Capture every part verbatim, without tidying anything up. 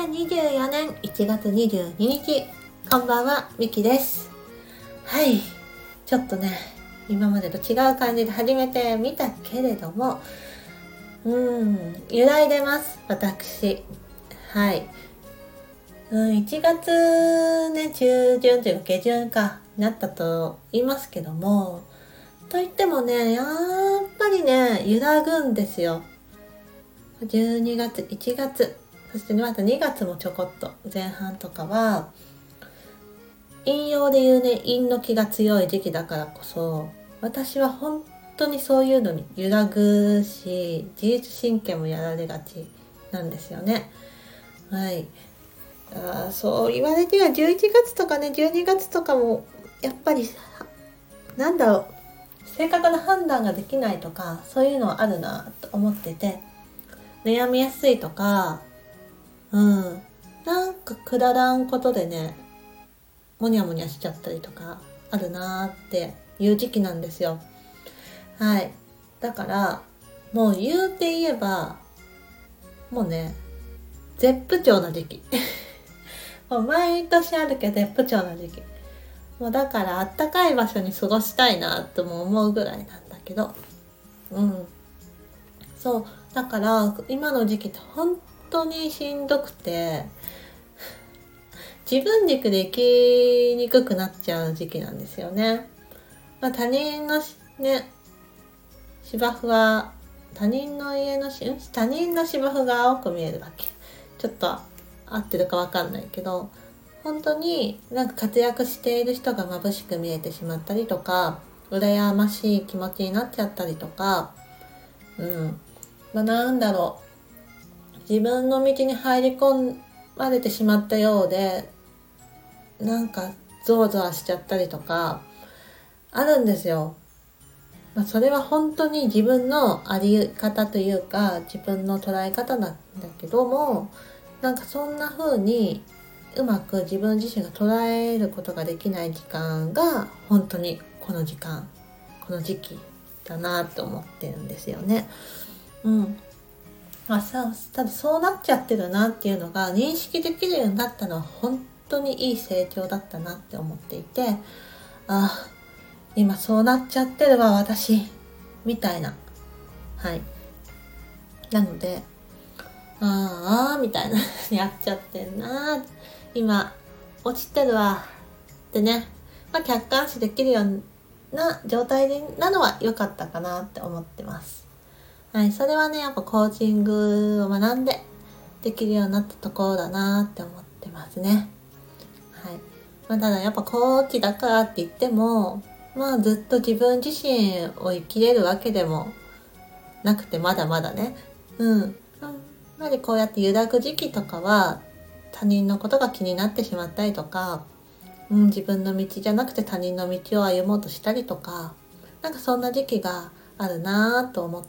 にじゅうよねんいちがつにじゅうににち、こんばんは、みきです。はい、ちょっとね、今までと違う感じで始めてみたけれども、うーん、揺らいでます、私。はい。うん、いちがつね、中旬というか下旬か、なったと言いますけども、といってもね、やっぱりね、揺らぐんですよ。じゅうにがつ、いちがつ、そしてまたにがつもちょこっと前半とかは、陰陽で言うね、陰の気が強い時期だからこそ、私は本当にそういうのに揺らぐし、自律神経もやられがちなんですよね。はい。あ、そう言われてはじゅういちがつとかね、じゅうにがつとかもやっぱりなんだろう、正確な判断ができないとか、そういうのはあるなと思ってて、悩みやすいとか、うんなんかくだらんことでね、モニャモニャしちゃったりとかあるなっていう時期なんですよ。はい。だからもう言うて言えば、もうね、絶不調な時期もう毎年あるけど絶不調な時期。もうだからあったかい場所に過ごしたいなとも思うぐらいなんだけど、うんそうだから今の時期って本当にしんどくて、自分軸で生きにくくなっちゃう時期なんですよね。まあ、他人のね芝生は他人の家のし他人の芝生が青く見えるわけ。ちょっと合ってるかわかんないけど、本当になんか活躍している人が眩しく見えてしまったりとか、羨ましい気持ちになっちゃったりとか、うんまあ、なんだろう、自分の道に入り込まれてしまったようで、なんかゾワゾワしちゃったりとかあるんですよ。まあ、それは本当に自分のあり方というか自分の捉え方なんだけども、なんかそんな風にうまく自分自身が捉えることができない時間が本当にこの時間この時期だなと思ってるんですよね。うんあさただそうなっちゃってるなっていうのが認識できるようになったのは本当にいい成長だったなって思っていて、あ今そうなっちゃってるわ私みたいな。はいなのであーあーみたいなやっちゃってんな今落ちてるわってね、まあ、客観視できるような状態なのは良かったかなって思ってます。はい、それはねやっぱコーチングを学んでできるようになったところだなって思ってますね。はいまあ、ただやっぱコーチだからって言っても、まあずっと自分自身を生きれるわけでもなくて、まだまだね、うん、やっぱりこうやって揺らぐ時期とかは他人のことが気になってしまったりとか、うん、自分の道じゃなくて他人の道を歩もうとしたりとか、なんかそんな時期があるなと思って、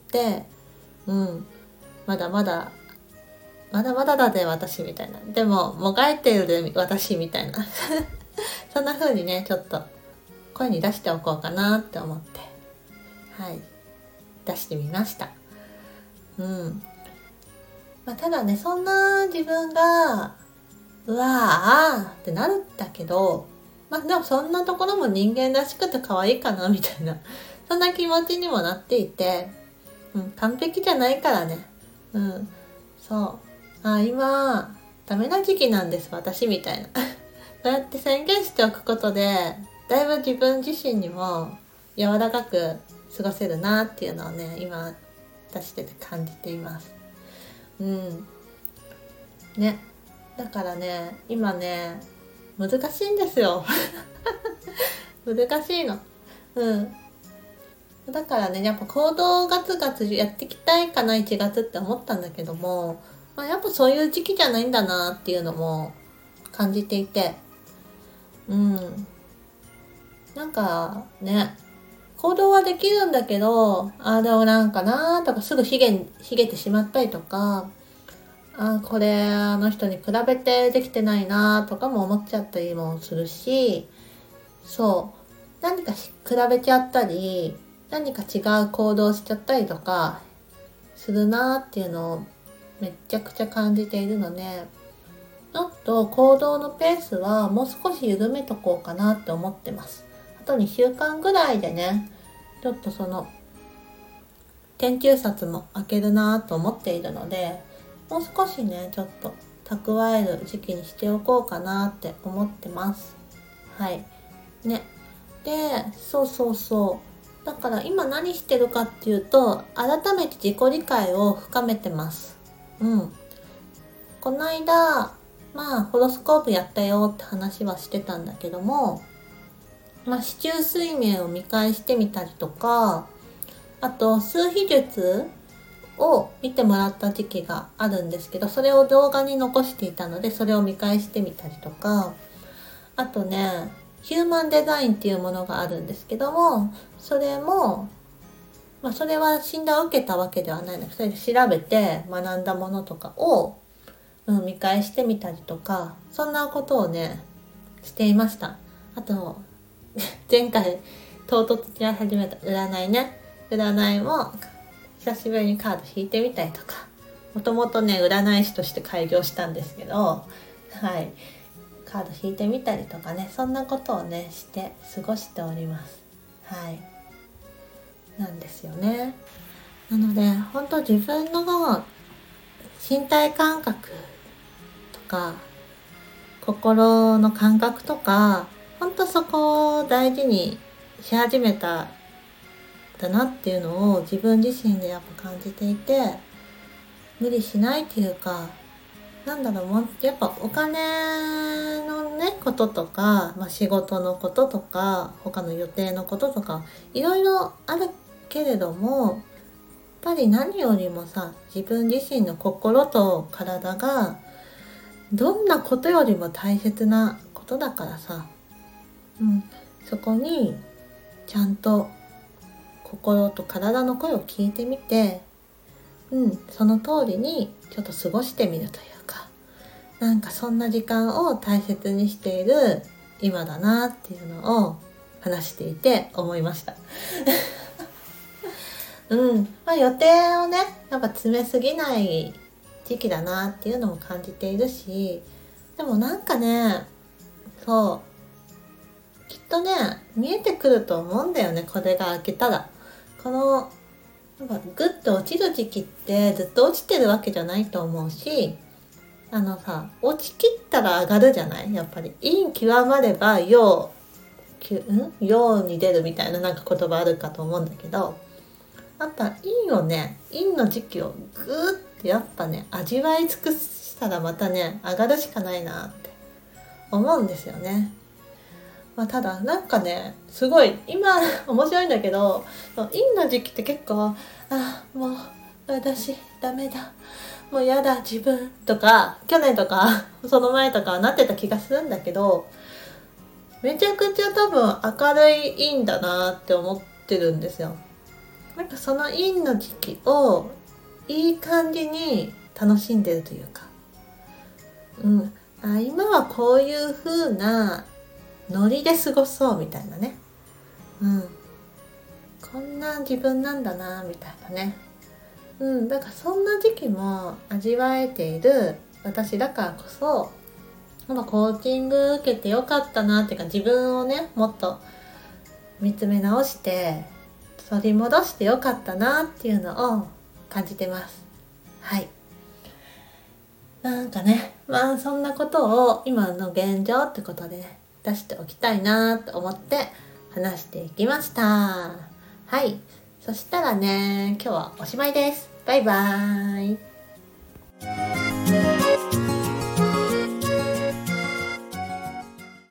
うん、まだまだまだまだだで私みたいな、でももがいてるで私みたいなそんな風にねちょっと声に出しておこうかなって思って、はい出してみました。うんまあ、ただねそんな自分がうわーあーってなるんだけど、まあでもそんなところも人間らしくて可愛いかなみたいなそんな気持ちにもなっていて、うん、完璧じゃないからね、うんそうあ今ダメな時期なんです私みたいなそうやって宣言しておくことでだいぶ自分自身にも柔らかく過ごせるなっていうのをね今出してて感じています。うんねだからね今ね難しいんですよ難しいの。うんだからねやっぱ行動ガツガツやっていきたいかないちがつって思ったんだけども、まあ、やっぱそういう時期じゃないんだなっていうのも感じていて、うんなんかね行動はできるんだけど、ああでもなんかなとかすぐひげひげてしまったりとか、あこれあの人に比べてできてないなとかも思っちゃったりもするし、そう何か比べちゃったり何か違う行動しちゃったりとかするなっていうのをめちゃくちゃ感じているので、 ちょっと行動のペースはもう少し緩めとこうかなって思ってます。あとにしゅうかんぐらいでね、ちょっとその研究冊も開けるなと思っているので、もう少しねちょっと蓄える時期にしておこうかなって思ってます。はいね。で、そうそうそうだから今何してるかっていうと、改めて自己理解を深めてます。うんこの間まあホロスコープやったよって話はしてたんだけども、まあ、四柱推命を見返してみたりとか、あと数秘術を見てもらった時期があるんですけど、それを動画に残していたのでそれを見返してみたりとか、あとねヒューマンデザインっていうものがあるんですけども、それもまあそれは診断を受けたわけではないので、それで調べて学んだものとかをうん、見返してみたりとか、そんなことをねしていました。あと前回唐突にやり始めた占いね占いも久しぶりにカード引いてみたりとか、もともとね占い師として開業したんですけど、はいカード引いてみたりとかね、そんなことをねして過ごしております。はいなんですよね。なので本当自分の身体感覚とか心の感覚とか、ほんとそこを大事にし始めたんだなっていうのを自分自身でやっぱ感じていて、無理しないっていうか、なんだろう、もうやっぱお金のねこととか、まあ、仕事のこととか他の予定のこととかいろいろあるけれども、やっぱり何よりもさ、自分自身の心と体がどんなことよりも大切なことだからさ、うん、そこにちゃんと心と体の声を聞いてみて、うん、その通りにちょっと過ごしてみるというか、なんかそんな時間を大切にしている今だなっていうのを話していて思いましたうん、まあ、予定をねやっぱ詰めすぎない時期だなっていうのも感じているし、でもなんかね、そうきっとね見えてくると思うんだよね。これが明けたら、このやっぱグッと落ちる時期ってずっと落ちてるわけじゃないと思うし、あのさ落ちきったら上がるじゃない。やっぱり陰極まれば陽ん陽に出るみたいななんか言葉あるかと思うんだけど、やっぱ陰をね陰の時期をグーってやっぱね味わい尽くしたらまたね上がるしかないなって思うんですよね。まあ、ただなんかねすごい今面白いんだけど、陰の時期って結構あもう私ダメだもうやだ自分とか去年とかその前とかはなってた気がするんだけど、めちゃくちゃ多分明るい陰だなって思ってるんですよ。なんかその陰の時期をいい感じに楽しんでるというか、うん、あ今はこういう風なノリで過ごそうみたいなね、うん、こんな自分なんだなみたいなね、うん、だからそんな時期も味わえている私だからこそ、コーチング受けてよかったなっていうか、自分をねもっと見つめ直して取り戻してよかったなっていうのを感じてます。はい。なんかね、まあそんなことを今の現状ってことで、ね、出しておきたいなと思って話していきました。はい。そしたらね、今日はおしまいです。バイバーイ。